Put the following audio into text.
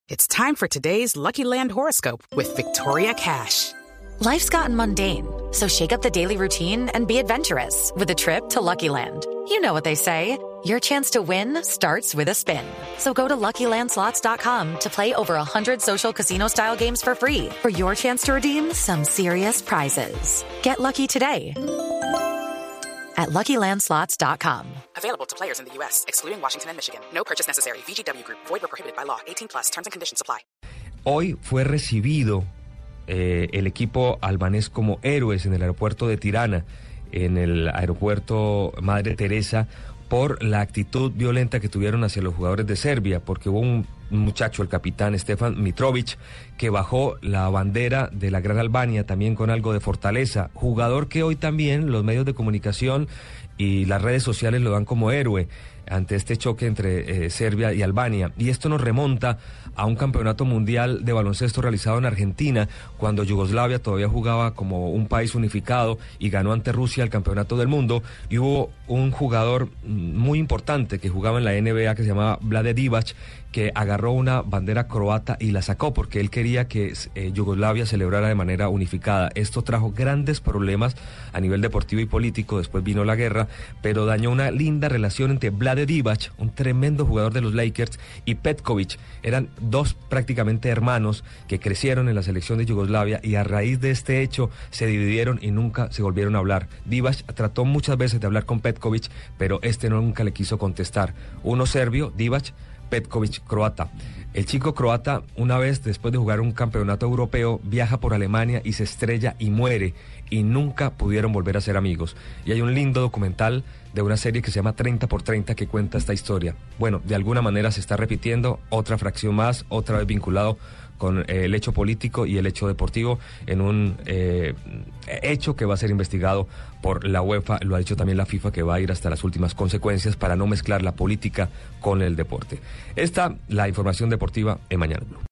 It's time for today's Lucky Land horoscope with Victoria Cash. Life's gotten mundane, so shake up the daily routine and be adventurous with a trip to Lucky Land. You know what they say, your chance to win starts with a spin. So go to LuckyLandSlots.com to play over 100 social casino-style games for free for your chance to redeem some serious prizes. Get lucky today at LuckyLandSlots.com. Available to players in the U.S., excluding Washington and Michigan. No purchase necessary. VGW Group. Void or prohibited by law. 18+. Terms and conditions apply. Hoy fue recibido el equipo albanés como héroes en el aeropuerto de Tirana, en el aeropuerto Madre Teresa, por la actitud violenta que tuvieron hacia los jugadores de Serbia, porque hubo un muchacho, el capitán Stefan Mitrovic, que bajó la bandera de la Gran Albania también con algo de fortaleza, jugador que hoy también los medios de comunicación y las redes sociales lo dan como héroe ante este choque entre Serbia y Albania. Y esto nos remonta a un campeonato mundial de baloncesto realizado en Argentina, cuando Yugoslavia todavía jugaba como un país unificado y ganó ante Rusia el campeonato del mundo. Y hubo un jugador muy importante que jugaba en la NBA que se llamaba Vlade Divac, que agarró una bandera croata y la sacó porque él quería que Yugoslavia celebrara de manera unificada. Esto trajo grandes problemas a nivel deportivo y político, después vino la guerra, pero dañó una linda relación entre Vlade Divac, un tremendo jugador de los Lakers, y Petkovic. Eran dos prácticamente hermanos que crecieron en la selección de Yugoslavia, y a raíz de este hecho se dividieron y nunca se volvieron a hablar. Divac trató muchas veces de hablar con Petkovic, pero este nunca le quiso contestar. Uno serbio, Divac, Petkovic, croata. El chico croata, una vez después de jugar un campeonato europeo, viaja por Alemania y se estrella y muere, y nunca pudieron volver a ser amigos. Y hay un lindo documental de una serie que se llama 30x30 que cuenta esta historia. Bueno, de alguna manera se está repitiendo, otra fracción más, otra vez vinculado con el hecho político y el hecho deportivo, en un hecho que va a ser investigado por la UEFA. Lo ha dicho también la FIFA, que va a ir hasta las últimas consecuencias para no mezclar la política con el deporte. Esta, la información deportiva en Mañana Blue.